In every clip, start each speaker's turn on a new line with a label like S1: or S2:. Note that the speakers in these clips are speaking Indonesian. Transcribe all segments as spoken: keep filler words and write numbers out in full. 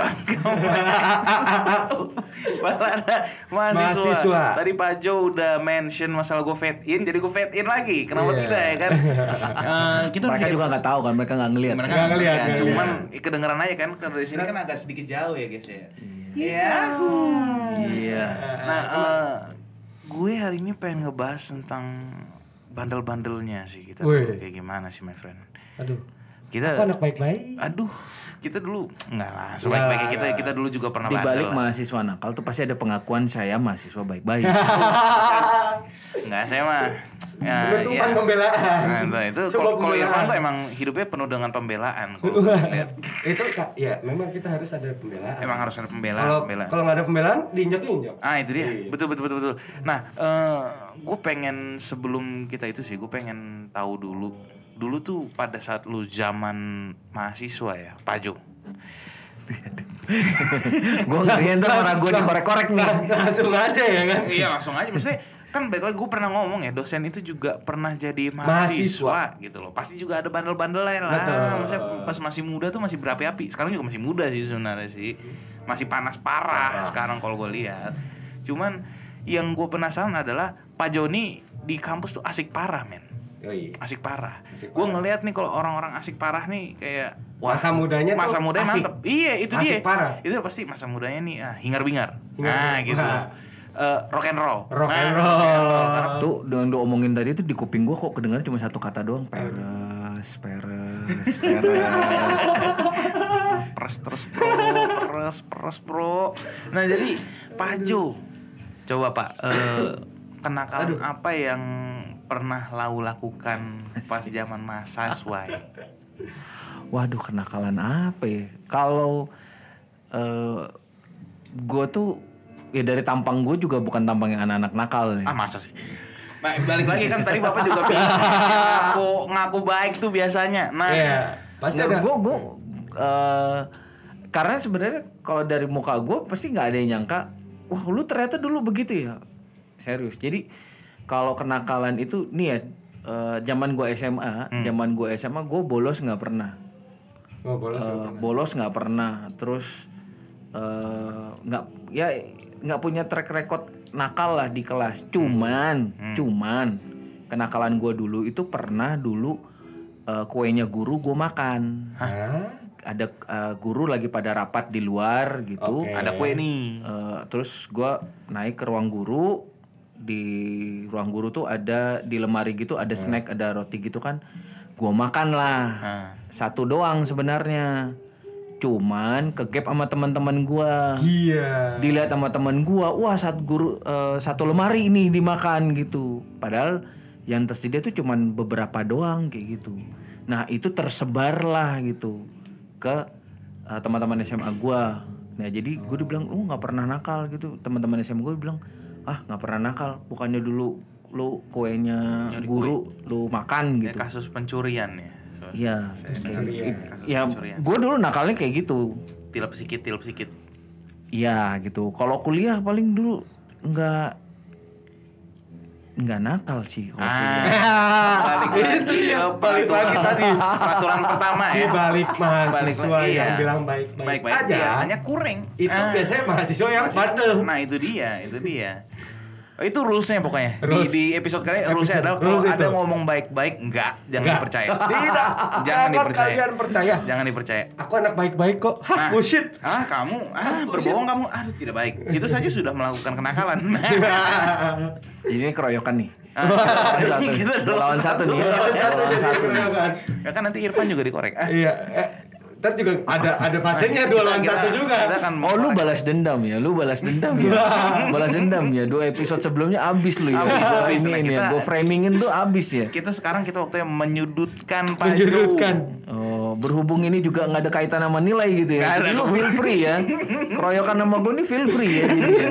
S1: kenakalan kamu. Malah ada mahasiswa. mahasiswa. Tadi Pak Jo udah mention masalah gue fade in, jadi gue fade in lagi. Kenapa yeah. tidak ya kan? uh, kita
S2: mereka juga nggak tahu kan, mereka nggak ngelihat.
S1: Mereka nggak ngelihat. Ya. Cuman ya. kedengeran aja kan, karena di sini kan agak sedikit jauh ya guys ya. Iya. Iya. Nah, uh, gue hari ini pengen ngebahas tentang bandel-bandelnya sih kita dulu kayak gimana sih my friend.
S3: Aduh.
S1: Kita
S3: aku anak baik-baik.
S1: Aduh, kita dulu enggak lah, sebaik-baiknya kita kita dulu juga pernah bandel.
S2: Di balik mahasiswa nakal tuh pasti ada pengakuan saya mahasiswa baik-baik.
S1: Enggak, saya mah ya,
S3: ya. pembelaan.
S1: Nah, itu kalau Irfan tuh emang hidupnya penuh dengan pembelaan kalau lihat.
S3: Itu ya memang kita harus ada pembelaan.
S1: Emang harus ada pembelaan,
S3: pembelaan. Kalau enggak ada pembelaan, diinjak-injak.
S1: Ah, itu dia. Iya. Betul betul betul betul. Nah, uh, gue pengen sebelum kita itu sih, gue pengen tahu dulu Dulu tuh pada saat lu zaman mahasiswa ya, Pak Jo.
S2: Gue ngeriin tuh orang gue dikorek-korek nih.
S3: Langsung aja ya kan?
S1: Iya langsung aja. Maksudnya kan balik lagi gue pernah ngomong ya, dosen itu juga pernah jadi mahasiswa, mahasiswa. gitu loh. Pasti juga ada bandel-bandelnya lah. Maksudnya pas masih muda tuh masih berapi-api. Sekarang juga masih muda sih sebenarnya sih. Masih panas parah sekarang kalau gue lihat. Cuman yang gue penasaran adalah Pak Joni di kampus tuh asik parah men.
S3: Yoi.
S1: Asik parah. Gue ngelihat nih kalau orang-orang asik parah nih kayak
S3: wah, masa mudanya
S1: masa mudanya asik. Mantep. Iya, itu
S3: asik
S1: dia.
S3: Parah.
S1: Itu pasti masa mudanya nih ah, hingar-bingar. Nah, gitu. Uh, rock and roll.
S3: Rock
S1: nah,
S3: and roll.
S1: Rock and roll. Karena
S2: tuh dengan lu omongin tadi tuh di kuping gua kok kedengaran cuma satu kata doang, peres, peres, peres.
S1: Peres terus bro, peres, peres bro. Nah, jadi Pak Jo, coba Pak, uh, kenakalan Aduh. apa yang pernah lau lakukan pas zaman mahasiswa?
S2: Waduh, kenakalan apa ya? Kalau uh, gue tuh ya dari tampang gue juga bukan tampang yang anak-anak nakal nih.
S1: Ah masa sih? Nah balik lagi kan tadi bapak juga bilang ngaku ngaku baik tuh biasanya. Nah,
S3: yeah, pasti ada.
S2: Gue gue uh, karena sebenarnya kalau dari muka gue pasti nggak ada yang nyangka, wah lu ternyata dulu begitu ya. Serius. Jadi kalau kenakalan itu nih ya, uh, zaman gue S M A, hmm. zaman gue S M A gue bolos nggak pernah.
S3: Oh, bolos
S2: uh, bolos nggak pernah. Terus nggak uh, ya nggak punya track record nakal lah di kelas. Cuman, hmm. cuman kenakalan gue dulu itu pernah dulu uh, kuenya guru gue makan.
S3: Hah?
S2: Ada uh, guru lagi pada rapat di luar gitu.
S1: Okay. Ada kue nih.
S2: Uh, terus gue naik ke ruang guru. Di ruang guru tuh ada di lemari gitu ada hmm. snack, ada roti gitu kan. Gua makan lah. Hmm. Satu doang sebenarnya. Cuman kegep sama teman-teman gua.
S3: Iya.
S2: Dilihat sama teman gua, wah satu guru uh, satu lemari ini dimakan gitu. Padahal yang tersedia tuh cuman beberapa doang kayak gitu. Nah, itu tersebar lah gitu ke uh, teman-teman S M A gua. Nah, jadi gua dibilang, "Lu enggak pernah nakal" gitu. Teman-teman S M A gua bilang, ah nggak pernah nakal, bukannya dulu lu kuenya nyari guru kue. Lu makan gitu.
S1: Ya, kasus pencurian ya.
S2: Iya. Ya, gue dulu nakalnya kayak gitu.
S1: Tilep sikit, tilep sikit.
S2: Iya gitu. Kalau kuliah paling dulu nggak nggak nakal sih. Kalau
S1: ah, balik lagi, ya, balik lagi tadi peraturan pertama ya.
S3: Balik mahasiswa balik, yang iya. bilang baik-baik,
S1: baik-baik aja. Biasanya kurang.
S3: Itu ah. biasanya mahasiswa yang bandel.
S1: Nah itu dia, itu dia. Itu rulesnya pokoknya. Rules. Di, di episode kali rulesnya adalah kalau ada ngomong baik-baik enggak, jangan enggak. dipercaya.
S3: Tidak,
S1: jangan dipercaya.
S3: Kalian percaya.
S1: Jangan dipercaya.
S3: Aku anak baik-baik kok. Hah, nah, bullshit.
S1: Ah, kamu ah berbohong kamu. Aduh, tidak baik. Itu saja sudah melakukan kenakalan.
S2: Ini keroyokan nih.
S1: Ah,
S2: lawan satu.
S1: Kita
S2: lawan satu nih. Lawan satu.
S1: Ya kan nanti Irfan juga dikorek. Ah.
S3: Iya. Ntar juga ada ada fasenya dua lawan satu juga.
S2: Kan oh lu balas dendam ya, lu balas dendam ya, balas dendam ya. Dua episode sebelumnya abis lu ya. Abis, abis. Ini ini ya, gue framingin tuh abis ya.
S1: Kita sekarang kita waktu yang menyudutkan Pak
S3: Jo.
S2: Oh, berhubung ini juga nggak ada kaitan sama nilai gitu ya. Jadi lu feel free ya. Keroyokan sama gue nih feel free ya jadi ya.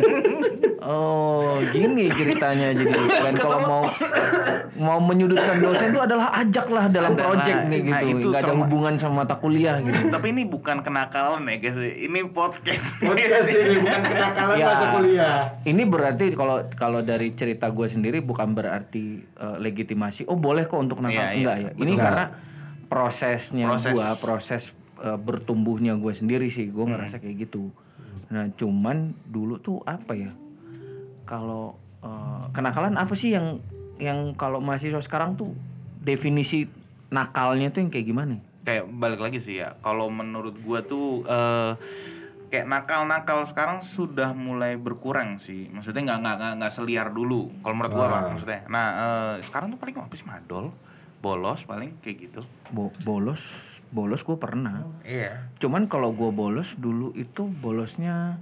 S2: Oh, gini ceritanya jadi. Dan kalau mau mau menyudutkan dosen itu adalah ajaklah dalam adalah, project nih gitu. Nah, nggak ada hubungan sama mata kuliah gitu.
S1: Tapi ini bukan kenakalan ya guys, ini podcast.
S3: Podcast ini bukan kenakalan ya, masa kuliah.
S2: Ini berarti kalau kalau dari cerita gue sendiri bukan berarti uh, legitimasi. Oh boleh kok untuk nakal, ya, enggak ya. ya. Ini betul. Karena prosesnya Proses. gue, proses uh, bertumbuhnya gue sendiri sih, gue ngerasa hmm. kayak gitu. Nah cuman dulu tuh apa ya, kalau uh, kenakalan apa sih yang yang kalau mahasiswa sekarang tuh definisi nakalnya tuh yang kayak gimana?
S1: Kayak balik lagi sih ya, kalau menurut gue tuh uh, kayak nakal-nakal sekarang sudah mulai berkurang sih. Maksudnya nggak nggak nggak seliar dulu. Kalau menurut gua Pak, maksudnya. Nah uh, sekarang tuh paling apa sih, madol, bolos paling kayak gitu.
S2: Bo- bolos, bolos gua pernah.
S1: Oh, iya.
S2: Cuman kalau gua bolos dulu itu bolosnya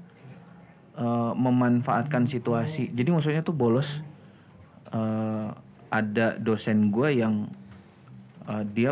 S2: uh, memanfaatkan situasi. Jadi maksudnya tuh bolos uh, ada dosen gua yang uh, dia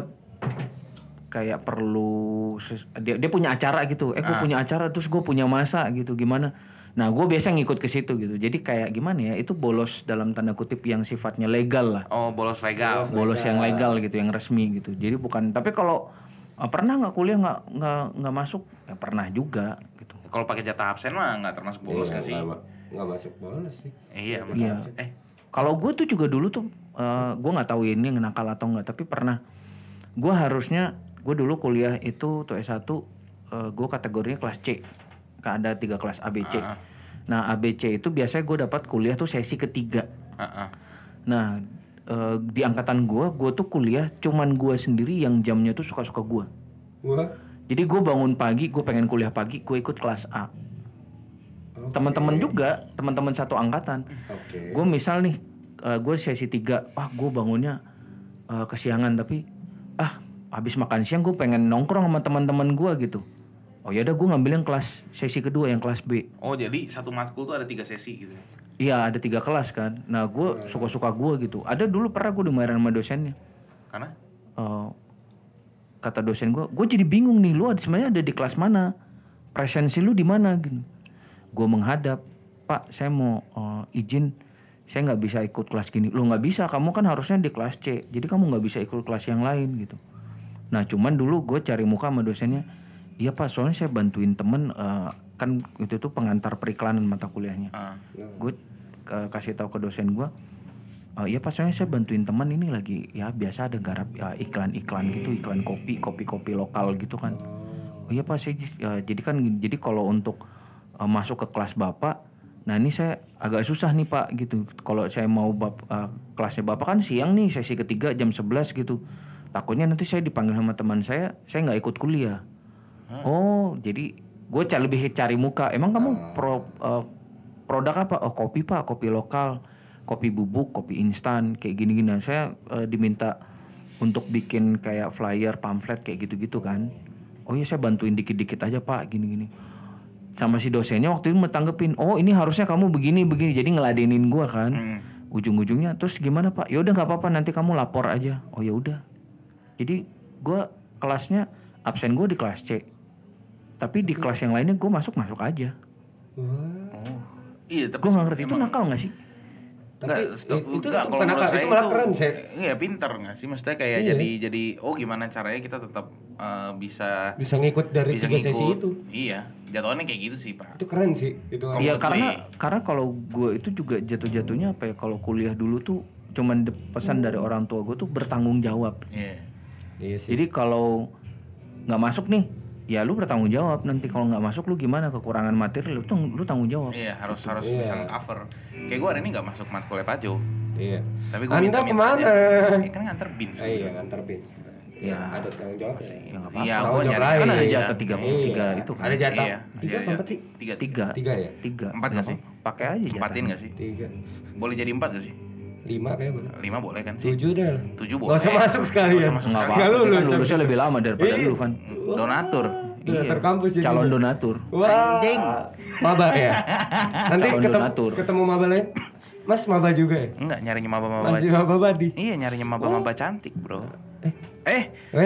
S2: kayak perlu dia dia punya acara gitu, eh gue ah. punya acara terus gue punya masa gitu, gimana? Nah gue biasa ngikut ke situ gitu, jadi kayak gimana ya, itu bolos dalam tanda kutip yang sifatnya legal lah.
S1: Oh bolos legal.
S2: Bolos legal. Yang legal gitu, yang resmi gitu. Jadi bukan, tapi kalau uh, pernah nggak kuliah nggak nggak nggak masuk? Ya pernah juga gitu.
S1: Kalau pakai jatah absen mah nggak termasuk bolos
S3: iya,
S1: kan sih?
S3: Nggak masuk bolos sih.
S1: Iya.
S2: Iya. Eh kalau gue tuh juga dulu tuh, uh, gue nggak tahu ini yang nakal atau nggak, tapi pernah gue harusnya gue dulu kuliah itu tuh S satu uh, gue kategorinya kelas C. Ada tiga kelas A B C. Uh-uh. Nah A B C itu biasanya gue dapat kuliah tuh sesi ketiga. Uh-uh. Nah uh, di angkatan gue, gue tuh kuliah cuman gue sendiri yang jamnya tuh suka-suka gue. What? Jadi gue bangun pagi, gue pengen kuliah pagi, gue ikut kelas A. Okay. Teman-teman juga, teman-teman satu angkatan. Okay. Gue misal nih, uh, gue sesi tiga, ah gue bangunnya uh, kesiangan tapi ah habis makan siang gue pengen nongkrong sama teman-teman gue gitu. Oh ya udah gue ngambil yang kelas sesi kedua, yang kelas B.
S1: Oh jadi satu matkul tuh ada tiga sesi gitu?
S2: Iya ada tiga kelas kan. Nah gue hmm. suka-suka gue gitu. Ada dulu pernah gue dimarahin sama dosennya.
S1: Karena?
S2: Uh, kata dosen gue, gue jadi bingung nih, lu sebenarnya ada di kelas mana? Presensi lu di mana gitu? Gue menghadap, Pak saya mau uh, izin, saya nggak bisa ikut kelas gini. Lu nggak bisa, kamu kan harusnya di kelas C. Jadi kamu nggak bisa ikut kelas yang lain gitu. Nah cuman dulu gue cari muka sama dosennya, iya Pak soalnya saya bantuin temen, uh, kan itu tuh pengantar periklanan mata kuliahnya. Uh. Gue uh, kasih tahu ke dosen gue, uh, iya Pak soalnya saya bantuin temen ini lagi ya biasa ada garap ya, iklan-iklan gitu, iklan kopi, kopi-kopi lokal gitu kan. Oh iya Pak saya uh, jadi kan jadi kalau untuk uh, masuk ke kelas Bapak, nah ini saya agak susah nih Pak gitu. Kalau saya mau bap, uh, kelasnya Bapak kan siang nih sesi ketiga jam sebelas gitu. Takutnya nanti saya dipanggil sama teman saya, saya nggak ikut kuliah. Huh? Oh, jadi gue cari lebih cari muka. Emang kamu pro, uh, produk apa? Oh, kopi Pak, kopi lokal, kopi bubuk, kopi instan, kayak gini-gini. Nah, saya uh, diminta untuk bikin kayak flyer, pamflet kayak gitu-gitu kan. Oh iya, saya bantuin dikit-dikit aja Pak, gini-gini. Sama si dosennya waktu itu mentanggepin, oh ini harusnya kamu begini-begini, jadi ngeladenin gue kan. Hmm. Ujung-ujungnya, terus gimana Pak? Ya udah nggak apa-apa, nanti kamu lapor aja. Oh ya udah. Jadi gue kelasnya absen gue di kelas C, tapi di kelas yang lainnya gue masuk masuk aja.
S1: Oh iya, tapi
S2: gue nggak ngerti itu nakal nggak sih?
S1: Enggak, itu enggak, kalau menurut saya itu, itu keren sih. Iya pinter nggak sih, maksudnya kayak iya. jadi jadi oh gimana caranya kita tetap uh, bisa
S3: bisa ngikut dari bisa tiga ngikut. Sesi itu.
S1: Iya, jatuhannya kayak gitu sih Pak.
S3: Itu keren sih. Itu
S2: iya karena gue. karena kalau gue itu juga jatuh-jatuhnya apa ya, kalau kuliah dulu tuh cuman pesan hmm. dari orang tua gue tuh bertanggung jawab. Iya. Yeah. Iya sih. Jadi kalau nggak masuk nih, ya lu bertanggung jawab nanti. Kalau nggak masuk lu gimana, kekurangan materi lu tuh lu tanggung jawab.
S1: Iya harus gitu. harus iya. bisa cover. Kayak gue hari ini nggak masuk matkul Pajo.
S3: Iya.
S1: Tapi gue minta
S3: kemana?
S1: Ya, kan nganter bin.
S3: Eh, iya nganter bin.
S2: Ya,
S3: ada tanggung jawab sih.
S2: Ya, apa-apa. Iya, gue nyari kan ada jatah tiga puluh tiga itu kan.
S3: Ada jatah.
S1: Iya.
S3: Tiga apa sih?
S1: Tiga.
S2: Tiga.
S3: Tiga ya.
S2: Tiga.
S1: Empat nggak sih?
S2: Pakai aja jatah.
S1: Empatin nggak sih?
S3: Tiga.
S1: Boleh jadi empat nggak sih?
S3: Lima kayak boleh.
S1: Lima boleh kan sih?
S3: Tujuh deh.
S1: Tujuh boleh.
S3: Gak usah masuk sekali ya.
S1: Masuk sekali.
S2: Nggak lulus. Kan lulusnya lebih lama daripada lu Van.
S1: Donatur.
S3: Donatur kampus jadi.
S2: Calon donatur.
S3: Wah. Anjing. Maba ya. Nanti
S2: Calon
S3: ketemu,
S2: donatur.
S3: ketemu maba lain. Mas maba juga ya?
S1: Enggak, nyarinya maba-maba.
S3: Masih maba badi.
S1: Iya, nyarinya maba-maba cantik, Bro.
S3: Eh.
S1: Eh.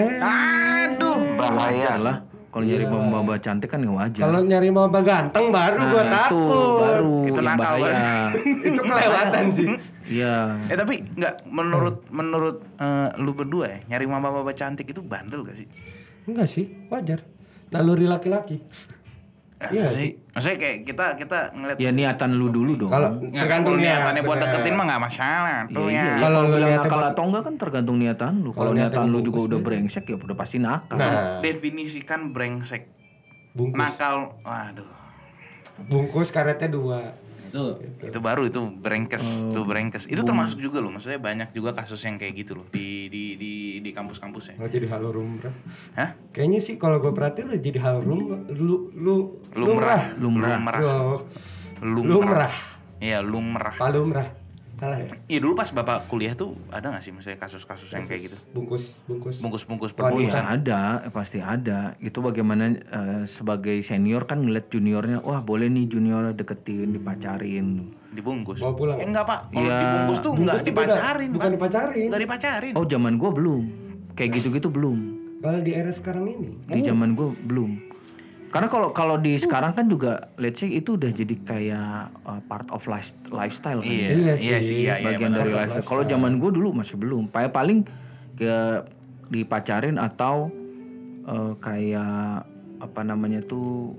S1: Aduh, bahaya
S2: lah. Kalau nyari maba cantik kan nggak wajar.
S3: Kalau nyari maba ganteng baru nah, gua takut.
S2: Itu baru
S1: itu nakal
S2: bahaya.
S3: Itu kelewatan sih.
S2: Iya.
S1: Eh tapi nggak menurut menurut uh, lu berdua ya, nyari maba-maba cantik itu bandel gak sih?
S3: Enggak sih, wajar. Naluri laki-laki.
S1: Iya sih. Maksudnya kayak kita kita ngeliat.
S2: Ya niatan lu dulu dong.
S3: Kalau
S1: Ya,
S3: tergantung
S1: kalau
S3: niat,
S1: niatannya buat
S3: bener.
S1: deketin mah nggak masalah tuh
S2: Iya,
S1: ya.
S2: iya.
S3: Kalau
S2: Kalau
S3: lu
S2: bilang
S3: niatnya
S2: nakal
S3: buat-
S2: atau enggak kan tergantung niatan lu. Kalau
S3: Kalau
S2: niatan
S3: niatan
S2: lu juga
S3: bungkus
S2: udah
S3: nih.
S2: brengsek ya udah pasti nakal.
S3: Nah.
S1: Definisikan brengsek.
S3: Bungkus.
S1: Nakal. Waduh.
S3: Bungkus karetnya dua.
S1: Itu itu baru itu brengkes, itu brengkes. Itu termasuk juga loh, maksudnya banyak juga kasus yang kayak gitu loh di di di di kampus-kampus ya.
S3: Kalau jadi hal lumrah.
S1: Hah?
S3: Kayaknya sih kalau gue perhatiin udah jadi hal lumrah. Lu lu
S1: Lumrah, lumrah.
S3: Lumrah.
S1: Lumrah.
S3: Lumrah.
S1: Iya, lumrah.
S3: Pak lumrah. Salah ya?
S1: Iya dulu pas Bapak kuliah tuh ada gak sih maksudnya kasus-kasus yang kayak gitu?
S3: Bungkus bungkus.
S1: Bungkus-bungkus
S3: Wanita.
S1: perbungkusan.
S2: Ada, eh, pasti ada. Itu bagaimana eh, sebagai senior kan ngeliat juniornya, wah boleh nih junior deketin, dipacarin.
S1: Dibungkus.
S3: Bawa pulang.
S1: Eh enggak, Pak. Kalau
S2: Iya.
S1: dibungkus tuh
S3: Bungkus
S1: enggak
S3: tuh
S1: dipacarin,
S3: beda. Bukan
S1: Pak.
S3: dipacarin.
S1: Enggak dipacarin.
S2: Oh zaman gue belum, kayak gitu-gitu belum.
S3: Kalau di era sekarang ini.
S2: Di zaman gue belum. Karena kalau kalau di sekarang kan juga, let's say itu udah jadi kayak uh, part of life, lifestyle kan.
S1: Iya,
S3: Iya
S1: iya
S3: sih.
S1: sih, iya, iya.
S2: Bagian
S1: benar.
S2: dari lifestyle. Kalau zaman gue dulu masih belum. Paling paling ke dipacarin atau uh, kayak apa namanya tuh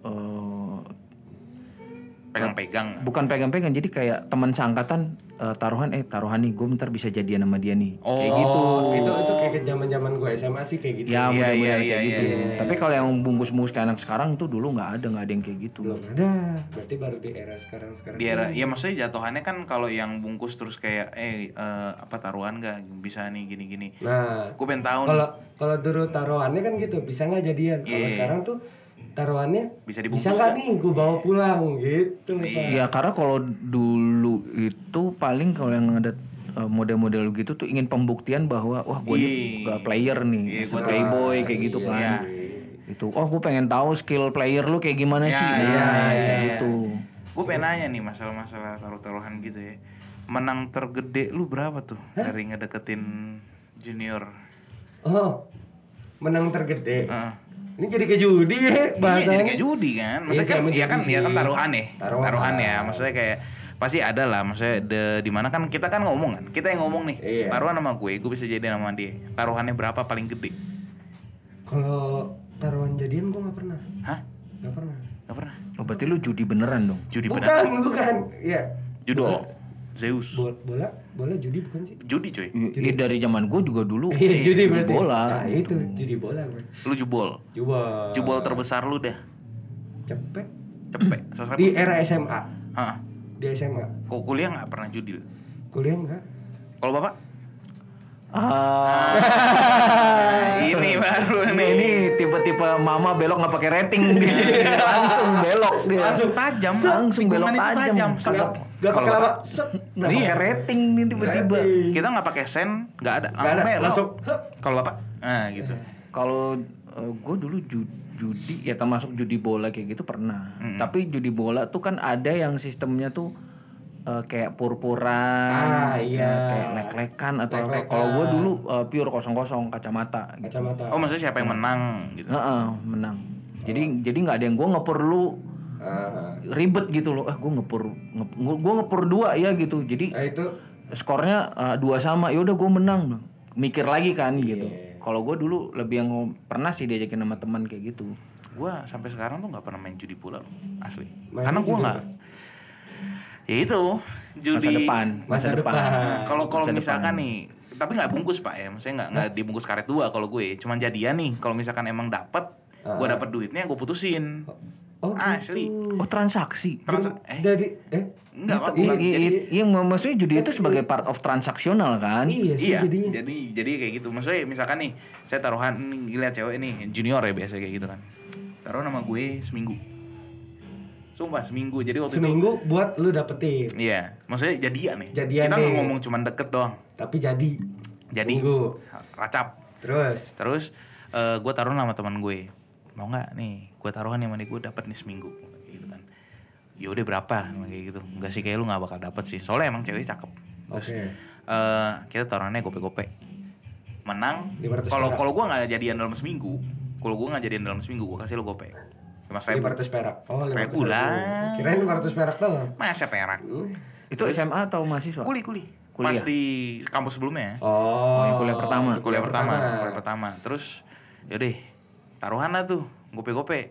S2: uh,
S1: Pegang-pegang.
S2: bukan pegang-pegang, jadi kayak teman seangkatan uh, taruhan eh taruhan nih gue bentar bisa jadian sama dia nih.
S1: Oh.
S2: Kayak gitu.
S3: Itu itu kayak ke zaman-zaman gue S M A sih kayak gitu.
S2: Ya
S1: Iya,
S2: mudah-mudahan
S1: iya,
S2: kayak
S1: iya,
S2: gitu.
S1: iya, iya.
S2: Tapi kalau yang bungkus-bungkus kayak anak sekarang tuh dulu nggak ada, nggak ada yang kayak gitu.
S3: Belum ada. Berarti baru di era sekarang-sekarang.
S1: Di era, ya maksudnya jatuhannya kan kalau yang bungkus terus kayak eh eh, apa taruhan gak bisa nih gini-gini.
S3: Nah,
S1: Gue pengen tahu nih.
S3: kalau kalau dulu taruhannya kan gitu, bisa nggak jadian. Kalau
S1: Iya.
S3: sekarang tuh taruhannya
S1: Bisa dibungkus
S3: bisa nggak
S1: nggak?
S3: nih gue bawa pulang gitu. Pak.
S2: Ya karena kalau dulu itu paling kalau yang ada uh, model-model gitu tuh ingin pembuktian bahwa wah gue ini
S1: Iya.
S2: gak player nih,
S1: Iya,
S2: masih
S1: gua
S2: playboy kayak gitu kan.
S1: Iya.
S2: Itu oh gue pengen tahu skill player lu kayak gimana
S1: Ya,
S2: sih. Nah,
S1: iya,
S2: kayak
S3: iya.
S2: gitu.
S1: Gue pengen nanya nih masalah-masalah taruh-taruhan gitu ya. Menang tergede lu berapa tuh dari ngedeketin junior?
S3: Oh, menang tergede.
S1: Heeh.
S3: Ini jadi ke judi ya
S1: Iya,
S3: bahasanya.
S1: jadi kayak judi kan. Maksudnya
S3: Iya,
S1: kan
S3: sama
S1: ya kan
S3: judi
S1: ya kan
S3: sih.
S1: taruhan ya.
S3: Taruhan.
S1: Taruhan ya. Maksudnya kayak pasti ada lah, maksudnya de, di mana kan kita kan ngomong kan. Kita yang ngomong nih.
S3: Iya.
S1: Taruhan sama gue, gue bisa jadi sama dia. Taruhannya berapa paling gede?
S3: Kalau taruhan jadian gue nggak pernah.
S1: Hah?
S3: Nggak pernah.
S1: Gak pernah.
S2: Oh berarti lu judi beneran dong.
S1: Judi
S3: Bukan,
S1: benar.
S3: bukan. Iya.
S1: Judol. Zeus.
S3: Bola, bola, bola judi bukan sih?
S1: Judi coy.
S2: Iya dari zaman gue juga dulu.
S3: Iya, judi
S2: judi
S3: berarti.
S2: bola.
S3: Nah, itu judi bola gue.
S1: Lu jubol.
S3: Jubol.
S1: Jubol terbesar lu dah.
S3: Cepet.
S1: Cepet. Sosok
S3: Di era S M A.
S1: Hah.
S3: Di S M A.
S1: Kok kuliah nggak pernah judi?
S3: Kuliah enggak?
S1: Kalau bapak?
S2: Ah,
S1: Ini baru
S2: ini,
S1: nih.
S2: ini tipe-tipe mama belok nggak pakai rating dia. Langsung belok dia.
S1: Langsung tajam.
S2: Langsung belok
S1: Tikungan itu
S2: tajam.
S1: Sedap.
S3: Gak
S1: Kalau
S3: pakai lama.
S1: bapak?
S3: Set.
S2: Nggak
S1: Iya.
S2: pakai rating nih tiba-tiba.
S1: Kita nggak pakai sen, nggak ada.
S3: Nggak
S1: Langsung
S3: ada,
S1: belok.
S3: langsung, hup.
S1: Kalau bapak? Nah gitu.
S2: Kalau gue dulu ju- judi ya termasuk judi bola kayak gitu pernah.
S1: Mm-mm.
S2: Tapi judi bola tuh kan ada yang sistemnya tuh eh, kayak purpuran,
S3: Ah, iya.
S2: eh, kayak lek-lekan atau apa.
S3: Lek-lekan.
S2: Kalau gue dulu eh, pure kosong-kosong kacamata. Gitu.
S3: Kacamata.
S1: Oh maksudnya siapa yang menang gitu?
S2: Heeh, menang. Jadi jadi nggak ada yang gue ngepur lu
S3: Ah.
S2: ribet gitu loh. Eh gue ngepur nge- gue ngepur dua ya gitu. Jadi
S3: Nah, itu
S2: skornya uh, dua sama, ya udah gue menang. Mikir lagi kan gitu.
S3: Iya.
S2: Kalau gue dulu lebih yang pernah sih diajakin sama teman kayak gitu.
S1: Gua sampai sekarang tuh nggak pernah main judi bola loh, asli.
S3: Main
S1: Karena gua
S3: judi
S1: nggak. Ya itu judi.
S2: Masa depan, masa,
S3: Masa
S2: depan.
S3: depan.
S1: Nah, Kalau kalau
S2: Masa
S1: misalkan
S2: depan.
S1: nih, tapi nggak bungkus pak ya, maksudnya nggak nggak dibungkus karet dua kalau gue, cuman jadian nih. Kalau misalkan emang dapat, gue
S3: Ah.
S1: dapat duitnya, gue putusin.
S3: Oh,
S1: Asli.
S3: gitu.
S2: Oh transaksi.
S1: Trans eh
S3: Dari eh
S1: enggak pak,
S2: Iya,
S1: bukan.
S2: iya,
S1: Jadi,
S2: iya, iya, maksudnya judi itu sebagai part of transaksional kan?
S3: iya sih
S1: iya,
S3: jadinya.
S1: jadi jadi kayak gitu. Maksudnya misalkan nih, saya taruhan nih, lihat cewek nih, junior ya biasa kayak gitu kan. Taruh nama gue seminggu. Sumpah seminggu. Jadi waktu
S3: Seminggu buat lu dapetin.
S1: itu iya, maksudnya jadian nih.
S3: Jadian
S1: Kita nggak
S3: nih.
S1: ngomong cuman deket doang.
S3: Tapi jadi.
S1: Jadi
S3: Seminggu.
S1: racap.
S3: Terus
S1: Terus eh, gue taruh nama teman gue. Mau nggak nih? Gue taruhan yang mana gue dapat nih seminggu. Kayak gitu kan. Ya udah berapa? Kayak gitu. Enggak sih, kayak lu nggak bakal dapet sih. Soalnya emang cewek cakep. Terus
S3: Oke.
S1: eh, kita taruhannya gope-gope. Menang.
S3: lima ratus
S1: Kalau
S3: perak.
S1: kalau gue nggak jadian dalam seminggu, kalau gue nggak jadian dalam seminggu, gue kasih lu gope. Lima ribu.
S3: lima ratus perak. Oh, lima ratus
S1: Ribu lah.
S3: Kirain lima ratus perak doang.
S1: Masa perak?
S3: Hmm.
S2: Itu S M A atau mahasiswa?
S1: Kuli kuli.
S2: Kuliah.
S1: Pas di kampus sebelumnya.
S3: Oh,
S2: yang kuliah pertama.
S1: Kuliah pertama, kuliah pertama. Terus yaudah taruhan lah tuh, gope-gope.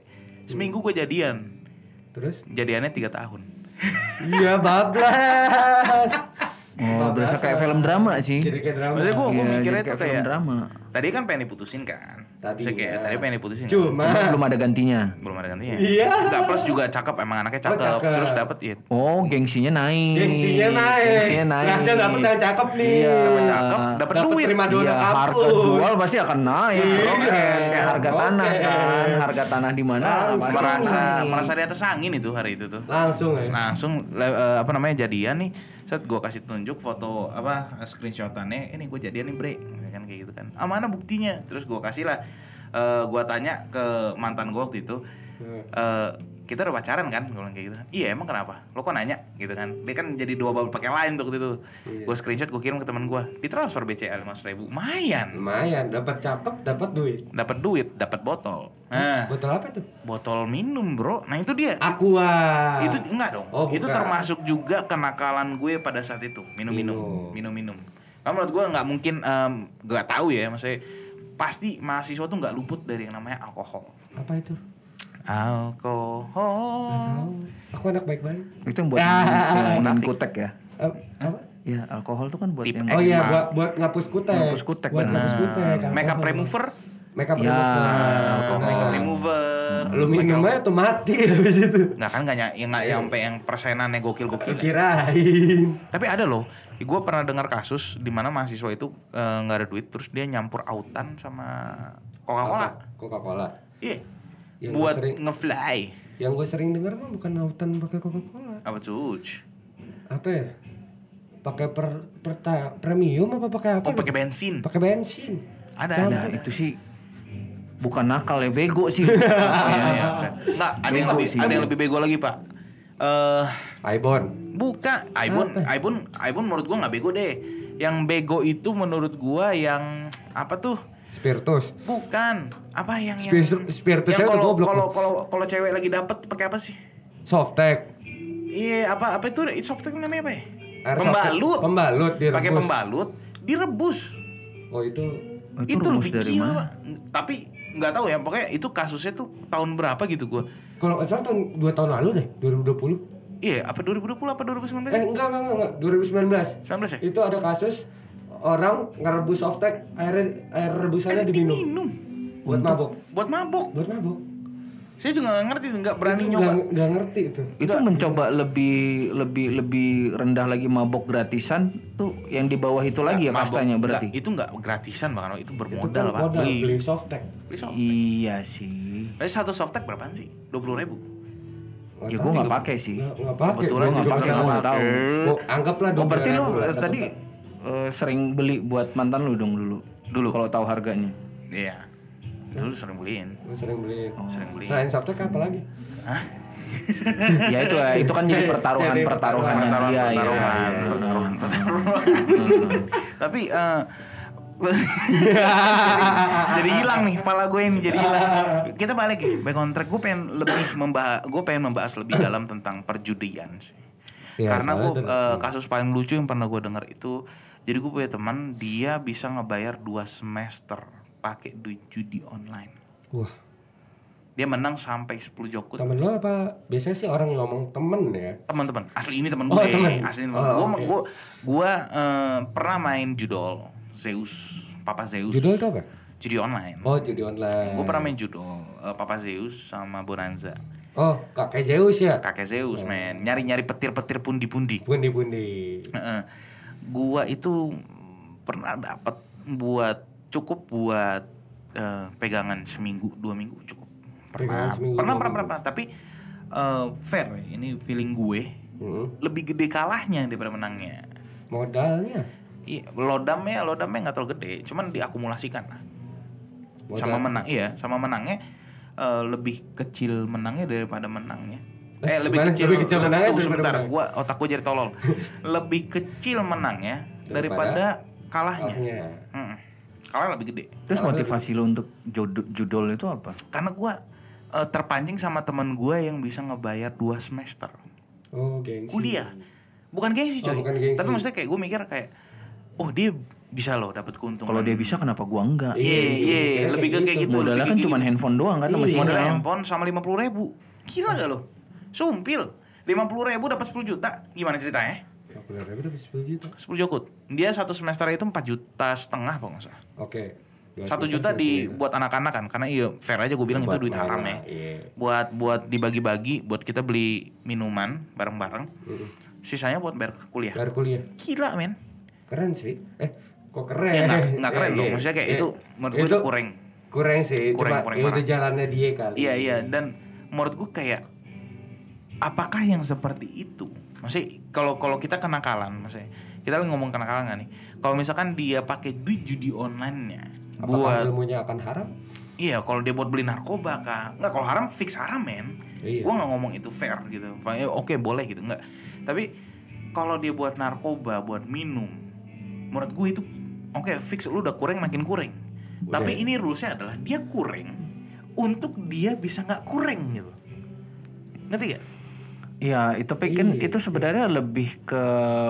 S1: Seminggu gue jadian.
S3: Terus?
S1: Jadiannya tiga tahun.
S3: Iya bablas.
S2: Oh, berasa kayak film drama sih.
S3: Jadi kayak drama.
S1: Maksudnya gue gue
S2: Iya,
S1: mikirnya
S2: jadi
S1: tuh
S2: kayak film
S1: kayak
S2: drama.
S1: tadi kan pengen diputusin kan.
S3: Tadi
S1: Maksudnya kayak
S3: ya.
S1: tadi pengen diputusin.
S3: Cuma
S2: Cuma belum ada gantinya.
S1: Kan? Belum ada gantinya.
S3: Iya.
S1: Enggak, plus juga cakep, emang anaknya cakep,
S3: Oh, cakep.
S1: terus dapet ya.
S2: Oh, gengsinya naik.
S3: Gengsinya naik.
S2: Gengsinya naik.
S3: Berhasil dapet yang cakep nih.
S2: Iya.
S1: Dapet cakep, dapet
S3: Dapet
S1: duit.
S3: primadona
S2: Iya,
S3: kampus.
S2: harga jual pasti akan naik.
S3: Iya.
S2: Roket. Kayak harga
S3: Oke.
S2: tanah kan, harga tanah di mana
S3: Langsung.
S2: pasti
S1: Merasa
S2: naik.
S1: merasa di atas angin itu hari itu tuh.
S3: Langsung ya.
S1: Langsung le- eh, apa namanya jadian nih. Saat gue kasih tunjuk foto apa screenshotannya, ini gue jadian nih bre, kan kayak gitu kan. Ah mana buktinya? Terus gue kasih lah, uh, gue tanya ke mantan gue waktu itu, uh, kita udah pacaran kan? Gue bilang kayak gitu. Iya emang kenapa? Lo kok nanya gitu kan? Dia kan jadi dua bubble pakai line tuh waktu itu.
S3: Iya.
S1: Gue screenshot, gue kirim ke teman gue, ditransfer B C A lima ratus ribu, lumayan.
S3: Lumayan, dapat cakep, dapat duit.
S1: Dapat duit, dapat botol. Nah,
S3: Botol apa tuh?
S1: botol minum bro. Nah itu dia.
S3: Aqua.
S1: Itu enggak dong.
S3: Oh,
S1: itu
S3: bukan.
S1: termasuk juga kenakalan gue pada saat itu, minum-minum,
S3: Minum.
S1: minum-minum. Karena menurut gue nggak mungkin, em, nggak tahu ya, maksudnya pasti mahasiswa tuh nggak luput dari yang namanya alkohol.
S3: Apa itu?
S1: Alkohol.
S3: Tahu. Aku anak baik-baik.
S2: Itu yang buat
S3: Ah,
S2: yang
S1: munafik.
S2: kutek ya.
S3: Ap- Apa?
S2: Ya, alkohol tuh kan buat
S1: Tip
S2: yang
S1: X.
S3: Oh iya,
S1: Pak.
S3: buat buat ngapus kutek.
S2: Ngapus kutek,
S3: Buat
S2: benar.
S3: ngapus kutek.
S1: Makeup
S3: alkohol.
S1: remover.
S3: Makeup
S2: Ya,
S3: remover.
S2: alkohol.
S1: Makeup
S3: Nah,
S1: remover.
S3: Lu minum aja tuh mati habis itu.
S1: Nggak kan nggak ny- ya nggak nyampe yang persenannya gokil-gokil. ya.
S3: Kirain.
S1: Tapi ada loh, gue pernah dengar kasus di mana mahasiswa itu eh, nggak ada duit, terus dia nyampur autan sama Coca-Cola.
S3: Apa? Coca-Cola.
S1: Iya.
S3: Yang
S1: Buat
S3: gua sering-
S1: ngefly.
S3: Yang gue sering dengar mah bukan autan pakai Coca-Cola.
S1: Apa tuh?
S3: Apa ya? Pakai per, perta, premium apa pakai apa?
S1: Oh, pakai
S3: gitu?
S1: bensin.
S3: Pakai bensin.
S1: Ada, ada.
S2: Nah, itu sih bukan nakal ya, bego sih.
S1: Oh, iya, iya. Nggak, ada yang
S2: Bego
S1: lebih
S2: sih.
S1: ada yang lebih bego lagi, Pak. Eh,
S3: Ibon.
S1: bukan, Ibon, Ibon, Ibon menurut gua nggak bego deh. Yang bego itu menurut gua yang apa tuh?
S3: Spiritus.
S1: Bukan. Apa yang yang
S3: Spiritus- spiritusnya
S1: yang
S3: tuh
S1: kalau
S3: goblok.
S1: kalau kalau kalau cewek lagi dapet pakai apa sih?
S3: Softtek.
S1: Iya, apa apa itu softtek namanya apa ya?
S3: Air
S1: Pembalut.
S3: softtek. Pembalut direbus.
S1: Pakai pembalut, direbus.
S3: Oh itu
S2: Oh,
S1: Itu,
S2: rumus
S1: lebih
S2: dari
S1: gila,
S2: mana?
S1: Pak. Tapi nggak tahu ya, pokoknya itu kasusnya tuh tahun berapa gitu gua.
S3: kalau nggak salah tahun dua tahun lalu deh, dua ribu dua puluh.
S1: Iya, apa dua ribu dua puluh apa dua ribu sembilan belas?
S3: Eh enggak enggak enggak, enggak. dua ribu sembilan belas.
S1: sembilan belas ya?
S3: Itu ada kasus orang ngerebus softtek, air air rebusannya
S1: Eh,
S3: diminum.
S1: diminum.
S3: Buat mabok.
S1: Buat mabok.
S3: Buat mabok.
S1: Saya juga nggak ngerti, nggak berani
S3: Itu
S1: nyoba.
S3: Nggak nggak ngerti itu.
S2: Itu mencoba lebih lebih lebih rendah lagi mabok gratisan tuh yang di bawah itu lagi ya
S1: Mabok.
S2: kastanya berarti.
S1: Nggak, itu nggak gratisan bahkan, itu
S3: Itu
S1: bermodal
S3: kan
S1: Pak.
S3: modal, beli
S1: Beli.
S3: softtek.
S1: Beli softtek.
S2: Iya sih.
S1: Tapi satu softtek berapaan sih? Dua puluh ribu.
S3: Nggak
S2: Ya
S3: tahu.
S2: gue nggak pakai sih.
S3: Nggak nggak pakai.
S1: Kebetulan
S3: Gua
S2: nggak
S3: juga
S2: pakai,
S3: nggak
S2: gua nggak tahu.
S3: Gua anggaplah
S2: Oh berarti lu
S3: dua ribu
S2: eh,
S3: satu
S2: tadi
S3: pack.
S2: eh, sering beli buat mantan lu dong dulu.
S1: Dulu.
S2: Kalau tahu harganya.
S1: Iya. Dulu sering beliin.
S3: Gua sering beli.
S1: Sering beli.
S3: Selain softtek apa lagi?
S1: Hah?
S2: Ya itu ya, itu kan jadi pertaruhan
S3: Jadi
S2: pertaruhan yang
S1: Pertaruhan,
S2: dia ya.
S1: pertaruhan,
S2: ya.
S1: pertaruhan, pertaruhan. Tapi eh, jadi hilang nih kepala gue ini, jadi hilang. Kita balik ya, back on track. Gue pengen lebih membahas, gue pengen membahas lebih dalam tentang perjudian sih.
S3: Ya,
S1: Karena gue
S3: soalnya
S1: eh, kasus paling lucu yang pernah gue dengar itu, jadi gue punya teman, dia bisa ngebayar dua semester pakai duit judi online.
S3: Wah,
S1: Dia menang sampai sepuluh jokut.
S3: temen lo apa? Biasanya sih orang ngomong temen ya.
S1: Teman-teman, asli ini teman
S3: Oh,
S1: gue,
S3: temen.
S1: asli temen.
S3: Oh,
S1: gue,
S3: oke.
S1: gue, gue eh, pernah main judol Zeus, Papa Zeus.
S3: Judul itu apa?
S1: Judi online.
S3: Oh, judi online.
S1: Gue pernah main judol eh, Papa Zeus sama Bonanza.
S3: Oh, kakek Zeus ya?
S1: Kakek Zeus, men. Nyari-nyari petir-petir pundi-pundi.
S3: Pundi-pundi.
S1: Heeh. Gua itu pernah dapat buat cukup buat eh, pegangan seminggu, dua minggu cukup.
S3: Pegangan
S1: Pernah,
S3: seminggu,
S1: pernah,
S3: dua
S1: pernah,
S3: minggu.
S1: pernah, tapi eh, fair, ini feeling gue
S3: Hmm.
S1: lebih gede kalahnya daripada menangnya.
S3: Modalnya.
S1: Iya, lodamnya, lodamnya nggak terlalu gede, cuman diakumulasikan lah.
S3: Modal.
S1: Sama menang, iya, sama menangnya eh, lebih kecil menangnya daripada menangnya.
S3: Eh,
S1: Eh, lebih
S3: gimana?
S1: kecil.
S3: Lebih kecil menangnya
S1: Tunggu
S3: daripada
S1: sebentar,
S3: menang.
S1: gua otak gua jadi tolol. Lebih kecil menangnya daripada kalahnya.
S3: Kalahnya.
S1: Mm-mm. Kalah lebih gede.
S2: Terus motivasi lu untuk judul, judul itu apa?
S1: Karena gua eh, terpancing sama teman gua yang bisa ngebayar dua semester
S3: Oh, gengsi.
S1: kuliah. Bukan gengsi
S3: Oh,
S1: coy.
S3: bukan gengsi.
S1: Tapi maksudnya kayak gue mikir kayak, oh dia bisa loh dapat keuntungan.
S2: Kalau dia bisa kenapa gua enggak?
S1: Iya, yeah, iya, yeah. lebih ke kayak gitu.
S2: Modalnya kan cuma gitu. handphone doang kan sama
S1: sinyal. Modal handphone sama lima puluh ribu. Gila gak lo? Sumpil. lima puluh ribu dapat sepuluh juta. Gimana ceritanya?
S3: lima puluh ribu dapat sepuluh juta.
S1: sepuluh jokut. Dia satu semester itu empat juta setengah apa enggak salah.
S3: Oke. Okay.
S1: satu juta di buat anak-anak kan, karena iya fair aja gue bilang buat itu duit haram ya.
S3: Iya.
S1: Buat buat dibagi-bagi, buat kita beli minuman bareng-bareng. Mm. Sisanya buat bayar kuliah.
S3: Bayar kuliah.
S1: Gila men.
S3: Keren sih. Eh, kok keren?
S1: Ya, gak, gak keren eh, dong. Iya. Maksudnya kayak eh, itu menurut gue itu kurang.
S3: Kurang sih.
S1: Kurang,
S3: Cuma
S1: kurang
S3: itu jalannya dia kali.
S1: Iya iya dan menurut gue kayak apakah yang seperti itu? Maksudnya kalau kalau kita kenakalan, maksudnya kita lagi ngomong kenakalan nggak nih? Kalau misalkan dia pakai duit judi online-nya
S3: apakah
S1: buat
S3: ilmunya akan haram?
S1: Iya, kalau dia buat beli narkoba kah? Nggak, kalau haram fix haram men. Iya. Gue nggak ngomong itu fair gitu. Oke okay, boleh gitu nggak? Tapi kalau dia buat narkoba, buat minum, menurut gue itu oke okay, fix lu udah kurang makin kurang. Udah. Tapi ini rulesnya adalah dia kurang untuk dia bisa nggak kurang gitu. Ngerti gak?
S2: Iya, itu kan itu sebenarnya lebih ke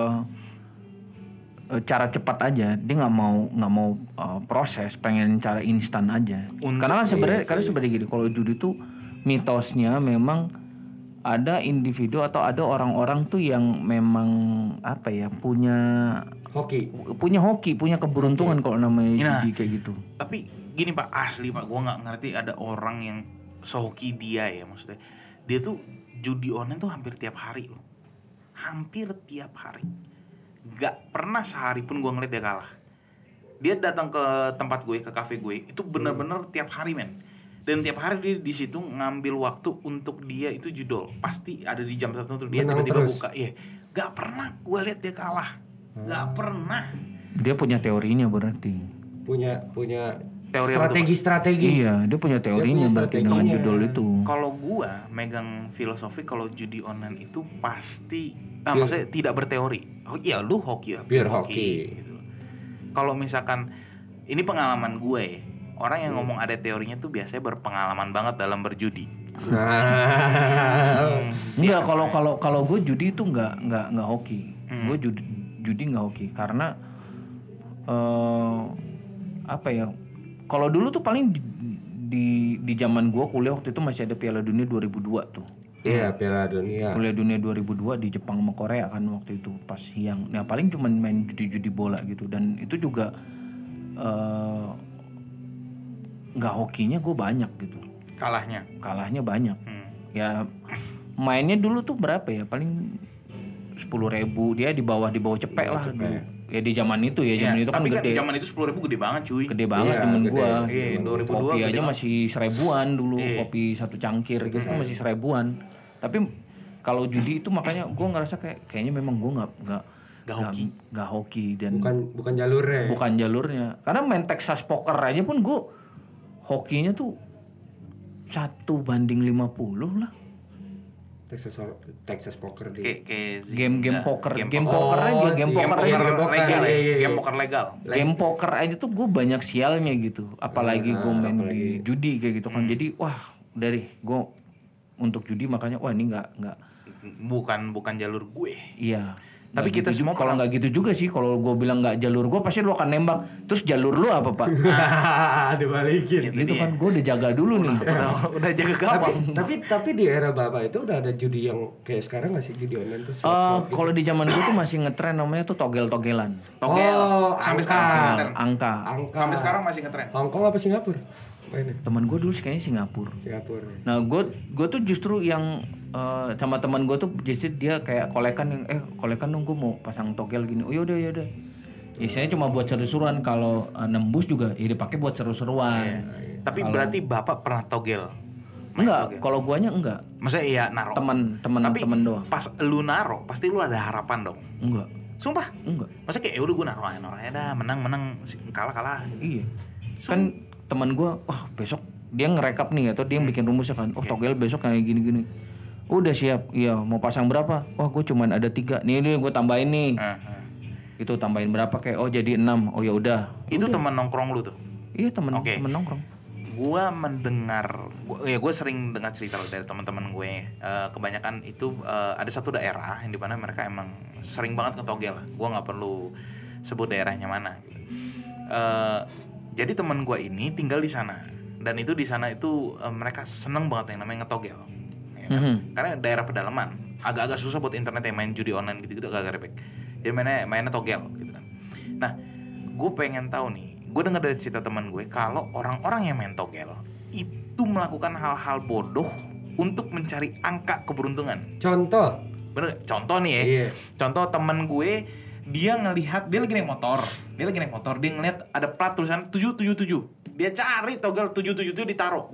S2: cara cepat aja. Dia nggak mau nggak mau uh, proses, pengen cara instan aja. Untuk karena kan sebenarnya karena sebenarnya gini, kalau judi tuh mitosnya memang ada individu atau ada orang-orang tuh yang memang apa ya punya
S3: hoki,
S2: punya hoki, punya keberuntungan kalau namanya nah, judi kayak gitu.
S1: Tapi gini Pak, asli Pak, gue nggak ngerti ada orang yang sehoki dia ya maksudnya. Dia tuh judi online tuh hampir tiap hari loh. Hampir tiap hari. Gak pernah sehari pun gue ngeliat dia kalah. Dia datang ke tempat gue, ke kafe gue, itu bener-bener tiap hari men. Dan tiap hari dia di situ ngambil waktu untuk dia itu judol. Pasti ada di jam tertentu dia menang tiba-tiba terus buka. Iya. Gak pernah gue liat dia kalah. Gak pernah.
S2: Dia punya teorinya berarti.
S3: Punya punya
S1: teori
S3: strategi-strategi.
S2: Iya, dia punya teorinya dia punya berarti strategi dengan judul itu.
S1: Kalau gua megang filosofi kalau judi online itu pasti ah, maksudnya tidak berteori. Oh iya, lu hoki ya,
S3: pure hoki
S1: gitu. Kalau misalkan ini pengalaman gue ya. Orang yang hmm. ngomong ada teorinya tuh biasanya berpengalaman banget dalam berjudi.
S2: hmm. Enggak, kalau kalau kalau gue judi itu enggak enggak enggak hoki. Hmm. Gue judi judi enggak hoki karena uh, apa ya? Kalau dulu tuh paling di, di di zaman gua kuliah waktu itu masih ada Piala Dunia dua ribu dua tuh.
S3: Iya, Piala Dunia.
S2: Piala Dunia dua ribu dua di Jepang sama Korea kan waktu itu pas siang. Nah, paling cuma main judi-judi bola gitu dan itu juga enggak uh, hokinya gua banyak gitu.
S1: Kalahnya.
S2: Kalahnya banyak. Hmm. Ya mainnya dulu tuh berapa ya? Paling sepuluh ribu, dia di bawah di bawah cepek lah dulu. Ya di zaman itu ya, zaman ya, itu kan gede. Tapi kan
S1: zaman itu sepuluh ribu gede banget cuy.
S2: Gede banget ya, temen gua.
S1: Iya, dua ribu dua
S2: kopi
S1: aja
S2: banget. Masih seribuan dulu,
S1: e.
S2: kopi satu cangkir gitu kan masih seribuan. Tapi kalau judi itu makanya gua ngerasa kayak kayaknya memang gua nggak nggak
S1: nggak hoki,
S2: nggak hoki dan
S3: bukan bukan jalurnya.
S2: Bukan jalurnya. Karena main Texas Poker aja pun gua hokinya tuh satu banding lima puluh lah.
S3: Texas Texas Poker di
S1: Ke, ke
S2: game-game poker, game, game poker aja, oh, game poker
S1: legal, ya, game poker legal.
S2: Game poker aja tuh gue banyak sialnya gitu, apalagi gue main apalagi. di judi kayak gitu kan. Hmm. Jadi wah dari gue untuk judi makanya wah ini nggak nggak
S1: bukan bukan jalur gue.
S2: Iya.
S1: Tapi kita
S2: gitu,
S1: semua
S2: kalau nggak gitu juga sih, kalau gue bilang nggak jalur gue pasti lu akan nembak. Terus jalur lu apa Pak?
S3: Dibalikin.
S2: Gitu kan gue udah jaga dulu nih.
S1: udah, udah jaga gawang.
S3: Tapi, tapi tapi di era bapak itu udah ada judi yang kayak sekarang nggak sih judi online tuh?
S2: Uh, kalau di zaman gue tuh masih ngetren namanya tuh togel-togelan.
S1: Togel.
S3: Oh,
S1: sampai
S3: angka.
S1: sekarang masih ngetren.
S2: Angka.
S3: angka.
S1: Sampai sekarang masih ngetren.
S3: Hong Kong apa Singapura?
S2: Teman gue dulu sih kayaknya Singapura.
S3: Singapura.
S2: Nah gue gue tuh justru yang uh, sama teman gue tuh jadi dia kayak kolekan yang eh kolekan dong gue mau pasang togel gini. Oh yaudah yaudah. Isinya cuma buat seru-seruan, kalau uh, nembus juga ya dipakai buat seru-seruan.
S1: Iya. Tapi kalo... berarti bapak pernah togel?
S2: Enggak, kalau guanya enggak.
S1: Maksudnya iya naro.
S2: Teman teman teman doang.
S1: Pas lu naro pasti lu ada harapan dong.
S2: Enggak.
S1: Sumpah?
S2: Enggak.
S1: Maksudnya kayak ya udah gue naro aja naro aja dah, menang menang kalah kalah.
S2: Iya. So, kan teman gue, wah besok dia ngerekap nih atau dia hmm. bikin rumusnya kan, oh togel besok kayak gini-gini. Udah siap, iya mau pasang berapa? Wah gue cuman ada tiga, nih nih gue tambahin nih. Uh-huh. Itu tambahin berapa kayak, oh jadi enam, oh ya udah.
S1: Itu teman nongkrong lu tuh?
S2: Iya teman
S1: okay.
S2: teman nongkrong.
S1: Gue mendengar, gua, ya gue sering dengar cerita dari teman-teman gue. Uh, kebanyakan itu uh, ada satu daerah yang dimana mereka emang sering banget ngetogel. Gue nggak perlu sebut daerahnya mana. Gitu. Uh, jadi teman gue ini tinggal di sana dan itu di sana itu uh, mereka seneng banget yang namanya ngetogel, ya kan? Mm-hmm. Karena daerah pedalaman agak-agak susah buat internet yang main judi online gitu-gitu agak-agak repek. Jadi mainnya mainnya togel gitu kan. Nah, gue pengen tahu nih, gue dengar dari cerita teman gue kalau orang-orang yang main togel itu melakukan hal-hal bodoh untuk mencari angka keberuntungan.
S3: Contoh,
S1: bener, contoh nih ya. Yeah. Contoh teman gue, dia ngelihat dia lagi naik motor, dia lagi naik motor, dia ngelihat ada plat tulisan tujuh tujuh tujuh. Dia cari togel tujuh tujuh tujuh ditaruh.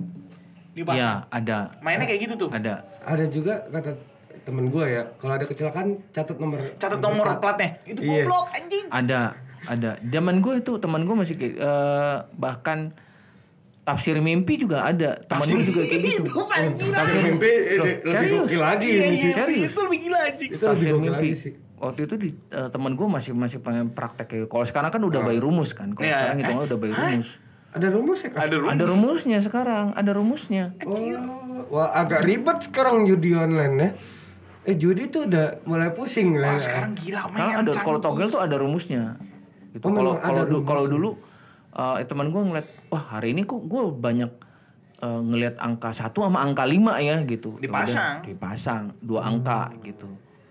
S2: Iya,
S1: Dipasang.
S2: ada.
S1: Mainnya kayak gitu tuh.
S2: Ada.
S3: Ada juga kata temen gue ya, kalau ada kecelakaan catat nomor
S1: catat nomor, nomor plat. platnya. Itu
S3: iya.
S1: goblok anjing.
S2: Ada, ada. Zaman gue itu teman gue masih kayak uh, bahkan tafsir mimpi juga ada. Teman gue juga kayak gitu.
S1: Itu anjing.
S3: Tafsir mimpi lebih gokil lagi.
S1: Iya, iya, serius. Itu lebih gila anjing.
S2: Itu tafsir mimpi. Waktu itu di uh, teman gue masih masih pengen praktek kayak. Kalau sekarang kan udah oh. by rumus kan. Kalau yeah. sekarang hitungannya udah by rumus.
S3: Ada rumus ya kan?
S2: Ada, rumus. ada rumusnya sekarang, ada rumusnya.
S3: Oh, wah agak ribet sekarang judi online ya. Eh judi tuh udah mulai pusing lah.
S1: Wah, sekarang gila men.
S2: Ada kalau togel tuh ada rumusnya. Itu kalau kalau du, kalau dulu uh, teman gue ngeliat, wah hari ini kok gue banyak uh, ngeliat angka satu sama angka lima ya gitu.
S1: Dipasang.
S2: Udah, dipasang dua hmm. angka gitu.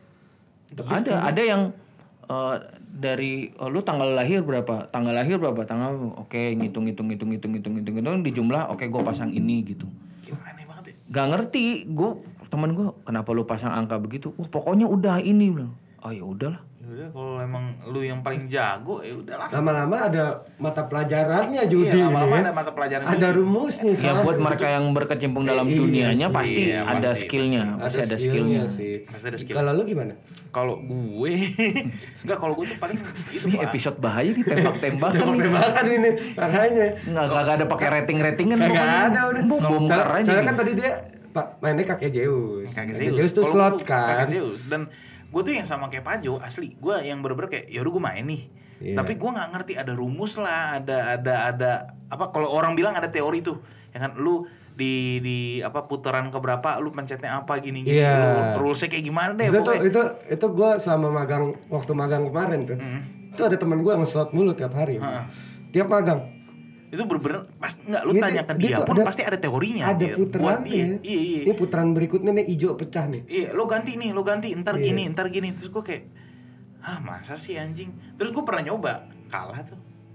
S3: Terus
S2: ada itu. ada yang uh, dari oh, lu tanggal lahir berapa? Tanggal lahir berapa? Tanggal oke okay, ngitung ngitung ngitung ngitung ngitung ngitung ngitung di jumlah oke okay, gue pasang ini gitu.
S1: Gila aneh banget ya.
S2: Gak ngerti gue. Temen gue, kenapa lu pasang angka begitu? Wah pokoknya udah ini bilang. Oh ya udahlah.
S1: Ya udah kalau emang lu yang paling jago ya udahlah.
S3: Lama-lama ada mata pelajarannya judi.
S1: Iya, lama-lama
S3: ini.
S1: ada mata pelajaran.
S3: Ada judi. Rumusnya.
S2: Ya buat mereka yang berkecimpung dalam eh, dunianya iya, pasti iya, ada pasti, skillnya, pasti,
S3: pasti
S2: ada skillnya.
S3: Sih.
S1: Pasti ada skill.
S3: Kalau lu gimana?
S1: Kalau gue, enggak kalau gue tuh paling itu.
S2: Ini episode bahaya nih tembak-tembakan.
S3: Tembak-tembakan ini makanya.
S2: Nggak kagak ada pakai rating-ratingan.
S3: Kagak ada udah.
S2: Bongkar aja.
S3: Soalnya kan tadi dia Pak mainnya kakek Zeus.
S1: Kakek
S3: Zeus.
S1: Zeus
S3: tuh slot kan.
S1: Kakek Zeus dan gue tuh yang sama kayak Pajo asli. Gue yang bener-bener kayak ya udah gue main nih. Yeah. Tapi gue nggak ngerti ada rumus lah, ada ada ada apa kalau orang bilang ada teori tuh. Ya kan lu di di apa putaran keberapa lu pencetnya apa gini-gini. Yeah. Lu rulesnya kayak gimana deh
S3: itu
S1: pokoknya.
S3: Tuh, itu itu gue selama magang waktu magang kemarin tuh. Mm. Itu ada teman gue yang slot mulu tiap hari. Uh-uh. Tiap magang.
S1: Itu bener-bener pas nggak lu tanya ke dia, dia pun ada, pasti ada teorinya
S3: ada
S1: buat dia. Iya iya.
S3: Ini putaran berikutnya nih hijau pecah nih.
S1: Iya, lo ganti nih, lo ganti ntar iya. gini, ntar gini. Terus gue kayak, ah masa sih anjing. Terus gue pernah nyoba, kalah tuh.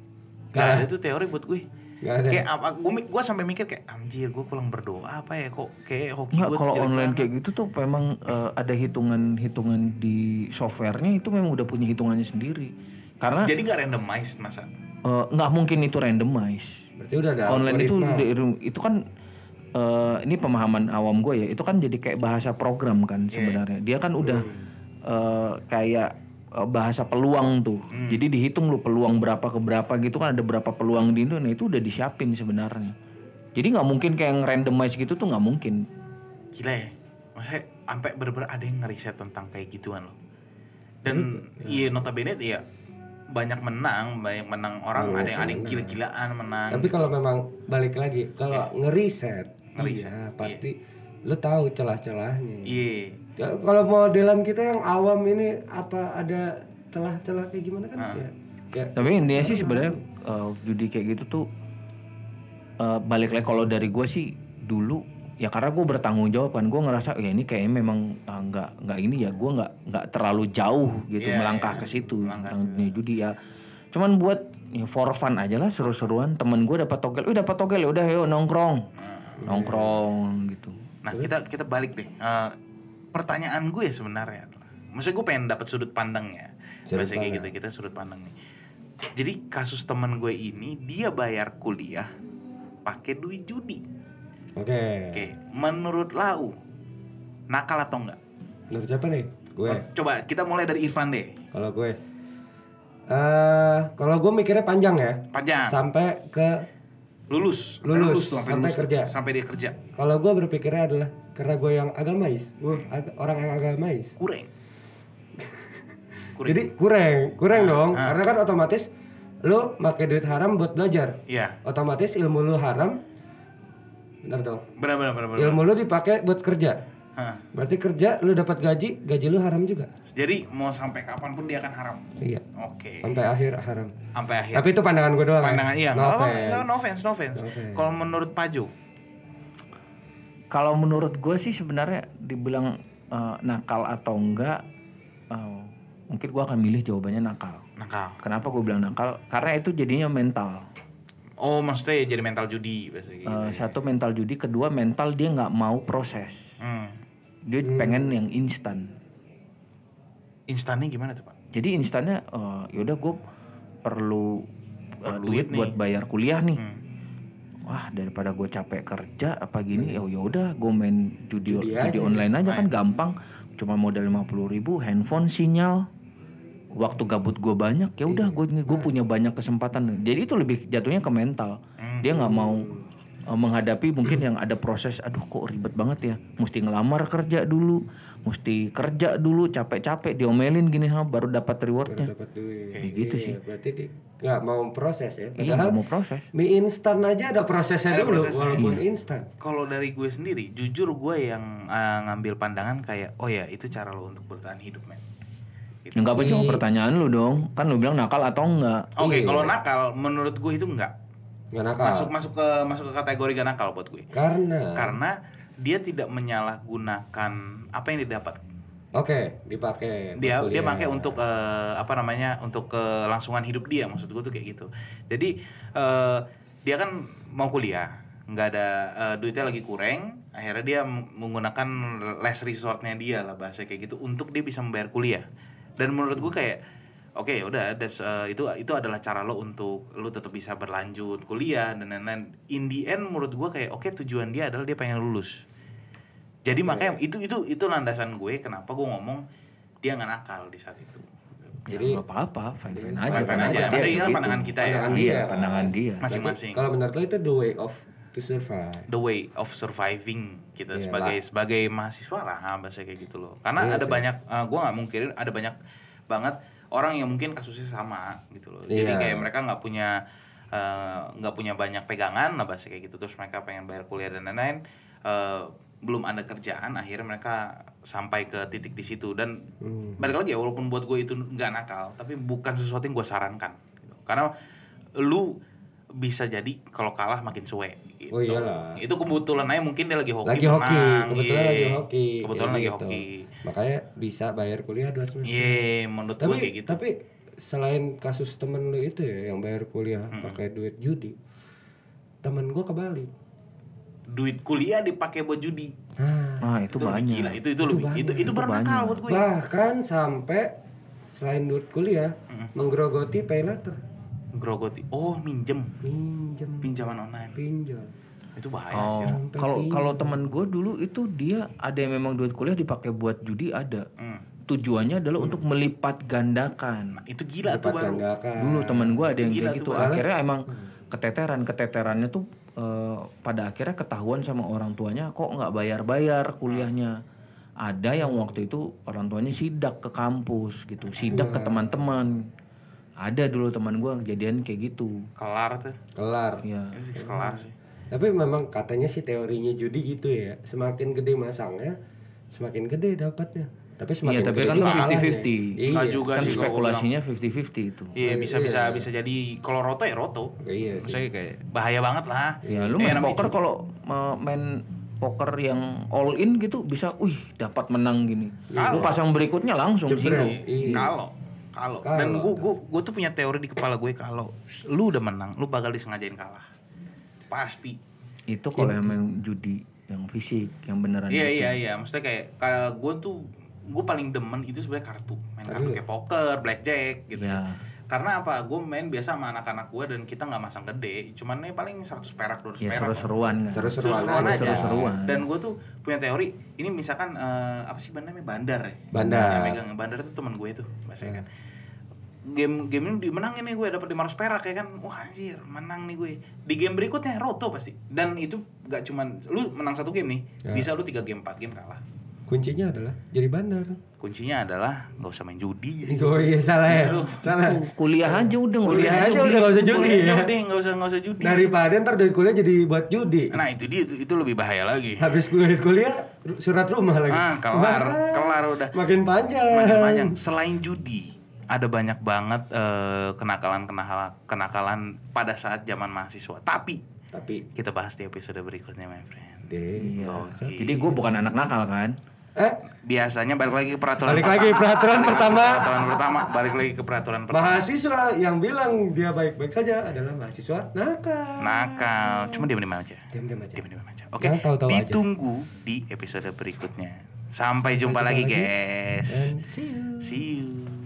S1: Gak nah. ada tuh teori buat gue.
S3: Gak ada.
S1: Kayak apa? Gue gue sampai mikir kayak anjir, gue kurang berdoa apa ya kok kayak hoki gue.
S2: Kalau online kayak gitu tuh memang uh, ada hitungan-hitungan di softwarenya itu memang udah punya hitungannya sendiri. Karena
S1: jadi nggak randomized masa.
S2: Nggak uh, mungkin itu randomize.
S3: Berarti udah ada
S2: online itu itu kan uh, ini pemahaman awam gue ya, itu kan jadi kayak bahasa program kan sebenarnya. Yeah. Dia kan udah hmm. uh, kayak uh, bahasa peluang tuh. Hmm. Jadi dihitung lu peluang berapa ke berapa gitu kan, ada berapa peluang di Indonesia itu udah disiapin sebenarnya. Jadi nggak mungkin kayak randomize gitu tuh nggak mungkin.
S1: Gila ya, maksudnya sampai bener-bener ada yang ngeriset tentang kayak gituan loh. Dan iya hmm. notabene ya banyak menang, banyak menang orang, oh, ada yang ada yang gila-gilaan menang.
S3: Tapi kalau memang balik lagi, kalau yeah. ngeriset, ngeriset, iya, pasti yeah. lu tahu celah-celahnya.
S1: Iya.
S3: Yeah. Kalau modelan kita yang awam ini apa ada celah-celah kayak gimana kan? Uh. Ya.
S2: Ya. Tapi intinya sih sebenarnya uh, judi kayak gitu tuh uh, balik lagi kalau dari gue sih dulu ya karena gue bertanggung jawab kan, gue ngerasa ya ini kayaknya memang uh, nggak nggak ini ya gue nggak nggak terlalu jauh gitu yeah, melangkah yeah. ke situ tentang judi ya, cuman buat ya for fun aja lah, seru-seruan. Temen gue dapat togel, udah dapat togel ya udah yuk nongkrong hmm. nongkrong gitu.
S1: Nah kita kita balik deh, uh, pertanyaan gue sebenarnya, maksudnya gue pengen dapat sudut pandangnya, bahasa kayak gitu, kita sudut pandang nih. Jadi kasus temen gue ini dia bayar kuliah pakai duit judi.
S3: Oke. Okay.
S1: Oke, okay. Menurut Lau nakal atau enggak?
S3: Menurut siapa nih? Gue.
S1: Coba kita mulai dari Irfan deh.
S3: Kalau gue, uh, kalau gue mikirnya panjang ya.
S1: Panjang.
S3: Sampai ke
S1: lulus.
S3: Lulus. lulus tuh,
S1: sampai,
S3: sampai
S1: lulus
S3: kerja.
S1: Tuh, sampai dia kerja.
S3: Kalau gue berpikirnya adalah karena gue yang agamais, gue ag- orang yang agamais.
S1: Kurang.
S3: kurang. Jadi kurang, kurang ah, dong. Ah. Karena kan otomatis lu pakai duit haram buat belajar.
S1: Iya.
S3: Otomatis ilmu lu haram. Benar dong.
S1: Benar benar benar.
S3: Ilmu lu dipakai buat kerja.
S1: Hah.
S3: Berarti kerja lu dapat gaji, gaji lu haram juga.
S1: Jadi mau sampai kapan pun dia akan haram.
S3: Iya.
S1: Oke.
S3: Sampai akhir haram.
S1: Sampai akhir.
S3: Tapi itu pandangan gue doang.
S1: Pandangan
S3: ya?
S1: iya.
S3: No
S1: No
S3: offense.
S1: offense, no offense. No offense.
S3: No offense.
S1: Kalau menurut Pajo?
S2: Kalau menurut gue sih sebenarnya dibilang uh, nakal atau enggak, uh, mungkin gue akan milih jawabannya nakal.
S1: Nakal.
S2: Kenapa gue bilang nakal? Karena itu jadinya mental.
S1: Oh, maksudnya jadi mental judi biasanya gitu.
S2: Uh, satu mental judi, kedua mental dia nggak mau proses.
S1: Hmm.
S2: Dia hmm. pengen yang instan.
S1: Instannya gimana tuh, Pak?
S2: Jadi instannya, uh, yaudah gue perlu, uh, duit,
S1: duit
S2: buat bayar kuliah nih.
S1: Hmm.
S2: Wah, daripada gue capek kerja apa gini, ya yaudah gue main judi
S3: Judi
S2: judi
S3: aja.
S2: online aja kan
S1: Main.
S2: gampang. Cuma modal lima puluh ribu, handphone sinyal. Waktu gabut gue banyak, ya udah gue gue punya banyak kesempatan. Jadi itu lebih jatuhnya ke mental. Dia nggak mau uh, menghadapi mungkin yang ada proses. Aduh, kok ribet banget ya. Mesti ngelamar kerja dulu, mesti kerja dulu, capek-capek diomelin gini, ha, baru dapat rewardnya.
S3: Dapat duit.
S2: Kayak gitu
S3: Iya,
S2: sih.
S3: Berarti dia nggak mau proses ya.
S2: Iya, nggak mau proses.
S3: Mie instan aja ada prosesnya
S1: Ada
S3: dulu,
S1: prosesnya.
S3: walaupun
S2: Iya.
S3: instan.
S1: Kalau dari gue sendiri, jujur gue yang uh, ngambil pandangan kayak, oh ya itu cara lo untuk bertahan hidup, men. Gitu.
S2: Enggak apa cuma pertanyaan lu dong. Kan lu bilang nakal atau enggak?
S1: Oke,
S3: Iya.
S1: kalau nakal, menurut gue itu enggak.
S3: Nggak nakal.
S1: Masuk masuk ke masuk ke kategori gak nakal buat gue.
S3: Karena.
S1: Karena dia tidak menyalahgunakan apa yang didapat.
S3: Oke, dipakai.
S1: Dia
S3: buat
S1: dia
S3: kuliah.
S1: pakai untuk uh, apa namanya untuk kelangsungan hidup dia, maksud gue tuh kayak gitu. Jadi uh, dia kan mau kuliah, nggak ada uh, duitnya lagi kurang, akhirnya dia menggunakan last resortnya dia lah bahasa kayak gitu untuk dia bisa membayar kuliah. Dan menurut gue kayak oke, okay, udah that's, uh, itu itu adalah cara lo untuk lo tetap bisa berlanjut kuliah dan lain-lain. In the end menurut gue kayak oke okay, tujuan dia adalah dia pengen lulus. Jadi okay. makanya itu itu itu landasan gue kenapa gue ngomong dia nggak nakal di saat itu.
S2: Jadi nggak apa-apa, fine fine aja.
S1: Fine fine aja.
S2: Dia
S1: Maksudnya kan
S2: gitu.
S1: pandangan kita ya.
S3: Pandangan
S2: Iya,
S3: dia.
S2: pandangan dia.
S1: Masing-masing.
S3: Kalau menurut lo itu the way of to survive.
S1: The way of surviving kita
S3: Iya
S1: sebagai
S3: lah.
S1: sebagai mahasiswa lah bahasa kayak gitu loh. Karena
S3: Iya
S1: ada
S3: sih.
S1: banyak uh, gue nggak mungkin ada banyak banget orang yang mungkin kasusnya sama gitu loh. Jadi
S3: Iya.
S1: kayak mereka nggak punya nggak uh, punya banyak pegangan lah bahasa kayak gitu, terus mereka pengen bayar kuliah dan lain-lain. Uh, belum ada kerjaan, akhirnya mereka sampai ke titik di situ. Dan hmm. balik lagi ya, walaupun buat gue itu nggak nakal, tapi bukan sesuatu yang gue sarankan gitu. Karena lu bisa jadi kalau kalah makin suwe gitu.
S3: Oh iyalah.
S1: Itu kebetulan aja mungkin dia lagi hoki
S3: Lagi hoki,
S1: menang.
S3: kebetulan
S1: Iya.
S3: lagi hoki.
S1: Kebetulan
S3: kayak
S1: lagi
S3: gitu.
S1: hoki.
S3: Makanya bisa bayar kuliah dua semester.
S1: Iya, menurut
S3: Tapi
S1: gue kayak gitu.
S3: tapi selain kasus temen lu itu ya yang bayar kuliah
S1: Hmm.
S3: pakai duit judi, temen gua kebalik.
S1: Duit kuliah dipakai buat judi.
S3: Nah,
S2: Ah, itu,
S1: Itu lebih
S2: banyak.
S1: gila, itu itu
S3: Itu
S1: lebih
S3: banyak,
S1: itu itu
S2: itu
S1: benar nakal
S2: banyak.
S1: buat gue.
S3: bahkan sampai selain duit kuliah
S1: Hmm.
S3: menggerogoti pay later,
S1: Grogoti. Oh, minjem.
S3: minjem,
S1: Pinjaman online.
S3: pinjam.
S1: Itu bahaya
S2: Oh,
S1: anjir.
S3: Sampai
S2: kalau
S3: pinjam.
S2: kalau teman gue dulu itu dia ada yang memang duit kuliah dipakai buat judi ada.
S1: Hmm.
S2: Tujuannya adalah untuk melipat gandakan.
S1: Itu gila
S3: Lipat
S1: tuh baru.
S3: gandakan.
S2: Dulu teman gue ada
S1: Itu
S2: yang
S1: gila
S2: kayak
S1: tuh,
S2: gitu.
S1: Bang.
S2: Akhirnya emang keteteran, keteterannya tuh eh, pada akhirnya ketahuan sama orang tuanya kok nggak bayar-bayar kuliahnya. Ada yang waktu itu orang tuanya sidak ke kampus gitu, sidak ke teman-teman. Ada dulu teman gue kejadian kayak gitu.
S1: Kelar tuh.
S3: Kelar.
S2: Ya.
S1: Itu fix kelar sih.
S3: Tapi memang katanya sih teorinya judi gitu ya, semakin gede masangnya semakin gede dapatnya. Tapi semakin
S2: Iya, tapi
S3: gede
S2: kan
S3: juga
S2: fifty fifty.
S3: kalahnya. Iya.
S1: Nggak juga
S2: Kan
S1: sih kalau
S2: spekulasinya fifty fifty itu.
S1: Iya, bisa
S3: Iya.
S1: bisa bisa jadi kalau roto ya roto.
S3: Iya sih.
S1: Maksudnya kayak bahaya banget lah.
S2: Ya lu
S1: Eh,
S2: main
S1: namanya
S2: poker
S1: juga-
S2: kalau uh, main poker yang all in gitu bisa, wih dapat menang gini.
S1: Kalau-
S2: Lu pasang berikutnya langsung
S3: Jebret.
S2: zero.
S3: Iya.
S1: Kalau kalau
S3: Kalau.
S1: dan gua gua gua tuh punya teori di kepala gue kalau lu udah menang, lu bakal disengajain kalah. Pasti.
S2: Itu kalau yang main judi yang fisik, yang beneran.
S1: Iya
S2: gitu.
S1: iya iya, maksudnya kayak kalau gue tuh gue paling demen itu sebenarnya kartu, main kartu
S3: Aduh.
S1: kayak poker, blackjack gitu.
S2: Iya.
S1: Ya. Karena apa? Gue main biasa sama anak-anak gue dan kita nggak masang gede, cuman nih paling seratus perak, dua ratus
S2: Ya
S1: perak.
S2: seru-seruan kan.
S3: Seru-seruan
S1: Seru-seruan
S3: aja.
S1: aja.
S2: Seru-seruan.
S1: Dan gue tuh punya teori, ini misalkan eh, apa sih namanya bandar ya?
S3: Bandar.
S1: Yang megang bandar itu teman gue itu, bahasanya kan. Game game ini dimenangin nih gue dapat lima ratus perak ya kan. Wah anjir, menang nih gue. Di game berikutnya roto pasti. Dan itu gak cuman lu menang satu game nih,
S3: Ya.
S1: bisa lu tiga game, empat game kalah.
S3: kuncinya adalah jadi bandar.
S1: Kuncinya adalah nggak usah main judi sih.
S3: Oh iya salah ya.
S1: Aduh.
S3: Salah.
S2: Kuliah aja udah
S3: Kuliah aja udah nggak usah judi ya.
S1: Udah nggak usah nggak usah judi.
S3: Daripada ntar dari kuliah jadi buat judi.
S1: Nah itu dia itu, itu lebih bahaya lagi.
S3: Habis kuliah kuliah surat rumah lagi.
S1: Ah kelar
S3: Wah,
S1: kelar udah.
S3: Makin panjang.
S1: Makin panjang. Selain judi ada banyak banget uh, kenakalan kenakalan kenakalan pada saat zaman mahasiswa. Tapi
S3: Tapi
S1: kita bahas di episode berikutnya, my friend.
S2: Iya.
S1: Oke.
S2: Jadi gue bukan anak nakal kan?
S3: Eh,
S1: Biasanya balik lagi ke peraturan
S3: balik lagi peraturan pertama.
S1: Peraturan pertama, balik lagi ke peraturan pertama.
S3: Mahasiswa yang bilang dia baik-baik saja adalah mahasiswa nakal.
S1: Nakal, cuma diam-diam aja.
S3: Diam-diam aja.
S1: Diam-diam aja. Oke,
S3: Jangan tahu-tahu aja.
S1: ditunggu di episode berikutnya. Sampai jumpa
S3: Sampai
S1: lagi,
S3: jumpa lagi.
S1: guys.
S3: And see you.
S1: See you.